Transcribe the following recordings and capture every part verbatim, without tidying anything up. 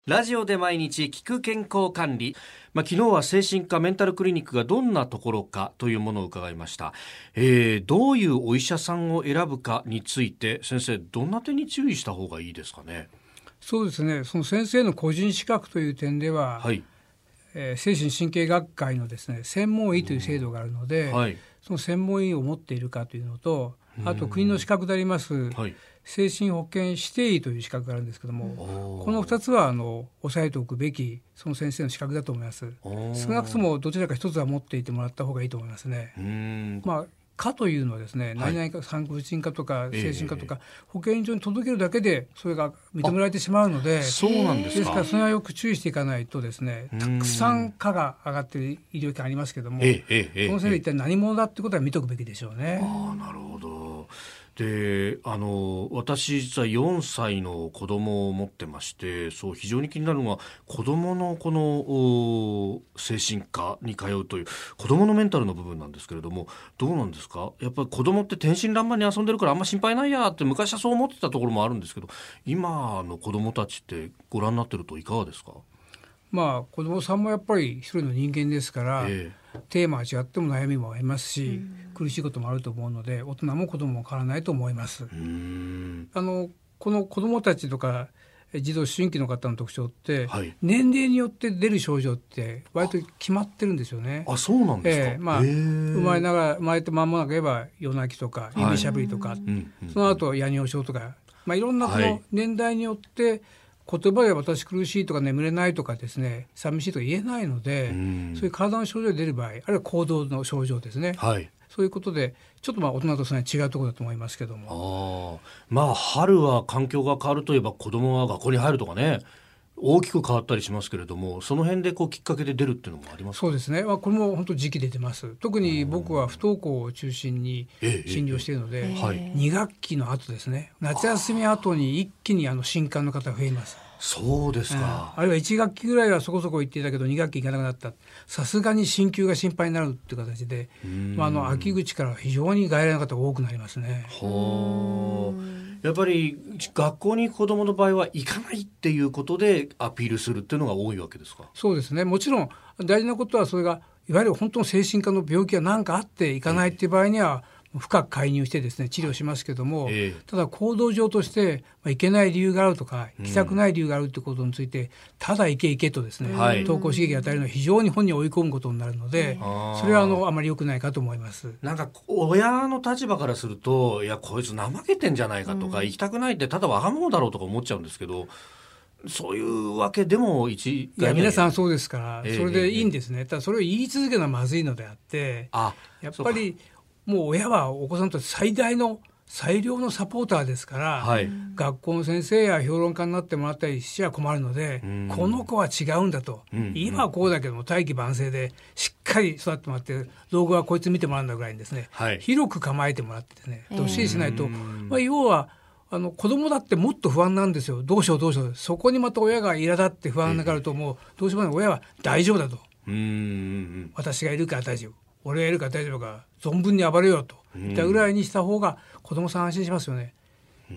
ラジオで毎日聞く健康管理、まあ、昨日は精神科メンタルクリニックがどんなところかというものを伺いました、えー、どういうお医者さんを選ぶかについて先生、どんな点に注意した方がいいですかね。 そうですね、その先生の個人資格という点では、はい、えー、精神神経学会のですね、専門医という制度があるので、はい、その専門医を持っているかというのと、あと国の資格であります、はい、精神保健指定医という資格があるんですけども、このふたつはあの押さえておくべきその先生の資格だと思います。少なくともどちらか一つは持っていてもらった方がいいと思いますね。うーん、まあ科というのはですね、何々か産婦人科とか精神科とか、えー、保健所に届けるだけでそれが認められてしまうので、 そうなんですか。 ですからそれはよく注意していかないとですね、たくさん科が上がっている医療機関ありますけども、えーえー、この先生一体何者だってことは見ておくべきでしょうね。 あ、なるほど。で、あの私実はよんさいの子供を持ってまして、そう非常に気になるのは子供のこの精神科に通うという子供のメンタルの部分なんですけれども、どうなんですか。やっぱり子供って天真爛漫に遊んでるからあんま心配ないやって昔はそう思ってたところもあるんですけど、今の子供たちってご覧になってるといかがですか。 まあ子供さんもやっぱり一人の人間ですから、えー、テーマは違っても悩みもありますし、苦しいこともあると思うので、大人も子供も変わらないと思います。うーん、あのこの子供たちとか児童思春期の方の特徴って、はい、年齢によって出る症状って割と決まってるんですよね。 あ、そうなんですか。えーまあ、 生まれながら生まれて間もなく言えば夜泣きとか指しゃぶりとか、はい、その後夜尿症とか、まあ、いろんなこの年代によって、はい、言葉で私苦しいとか眠れないとかですね、寂しいとか言えないので、そういう体の症状が出る場合、あるいは行動の症状ですね、はい、そういうことでちょっとまあ大人とそれは違うところだと思いますけども、 あ、まあ、春は環境が変わるといえば子供は学校に入るとかね、大きく変わったりしますけれども、その辺でこうきっかけで出るっていうのもありますか。 そうですね、まあ、これも本当時期出てます。特に僕は不登校を中心に診療しているので、ええええ、に学期の後ですね、夏休み後に一気にあの新歓の方が増えます。 そうですか、 うん、あるいはいち学期ぐらいはそこそこ行っていたけどに学期行かなくなった、さすがに進級が心配になるっていう形で、まあ、あの秋口から非常に外来の方が多くなりますね。 ほう、やっぱり学校に行く子どもの場合は行かないっていうことでアピールするっていうのが多いわけですか。 そうですね、もちろん大事なことはそれがいわゆる本当の精神科の病気が何かあって行かないっていう場合には深く介入してですね治療しますけども、えー、ただ行動上として、まあ、行けない理由があるとか行きたくない理由があるということについて、うん、ただ行け行けとですね、はい、登校刺激を与えるのは非常に本人を追い込むことになるので、それはあのあまり良くないかと思います。 なんか親の立場からすると、いやこいつ怠けてんじゃないかとか、うん、行きたくないってただわがままだろうとか思っちゃうんですけど、そういうわけでも一いや皆さんそうですから、えー、それでいいんですね、えー、ただそれを言い続けるのはまずいのであって、あ、やっぱりもう親はお子さんと最大の最良のサポーターですから、はい、学校の先生や評論家になってもらったりしちゃ困るので、この子は違うんだと、うん、今はこうだけども大器晩成でしっかり育ってもらって、道具はこいつ見てもらうんだぐらいにですね、はい、広く構えてもらってですね、どっしりしないと、まあ、要はあの子供だってもっと不安なんですよ。どうしようどうしよう、そこにまた親が苛立って不安になると、もうどうしようもない、親は大丈夫だと、うーん、私がいるから大丈夫、俺がいるから大丈夫か、存分に暴れようといったぐらいにした方が子供さん安心しますよね。うん、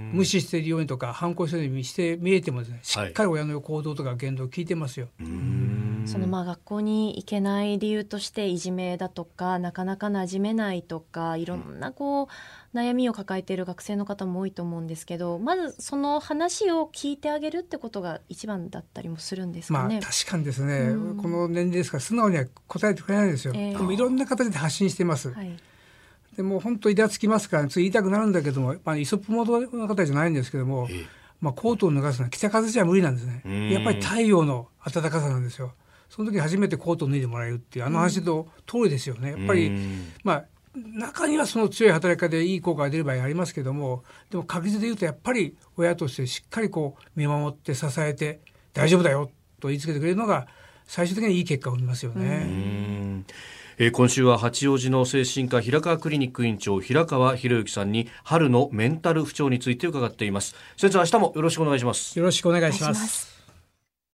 無視しているようにとか反抗しているようにして見えてもですね、しっかり親の行動とか言動を聞いてますよ。 うーん、そのまあ学校に行けない理由としていじめだとか、なかなか馴染めないとか、いろんなこう悩みを抱えている学生の方も多いと思うんですけど、まずその話を聞いてあげるってことが一番だったりもするんですかね。 まあ、確かにですね、この年齢ですから素直には答えてくれないんですよ、えー、でもいろんな形で発信しています、はい、でも本当イラつきますから、ね、つい言いたくなるんだけども、まあ、イソップモードの方じゃないんですけども、えーまあ、コートを脱がすのは北風じゃ無理なんですね。やっぱり太陽の暖かさなんですよ。その時初めてコートを脱いでもらえるっていうあの話の通りですよね。やっぱり、まあ、中にはその強い働き方でいい効果が出る場合ありますけども、でも確実で言うとやっぱり親としてしっかりこう見守って支えて大丈夫だよと言いつけてくれるのが最終的にいい結果を生みますよね。うーん、えー、今週は八王子の精神科平川クリニック院長平川博之さんに春のメンタル不調について伺っています。先生、明日もよろしくお願いします。 よろしくお願いします。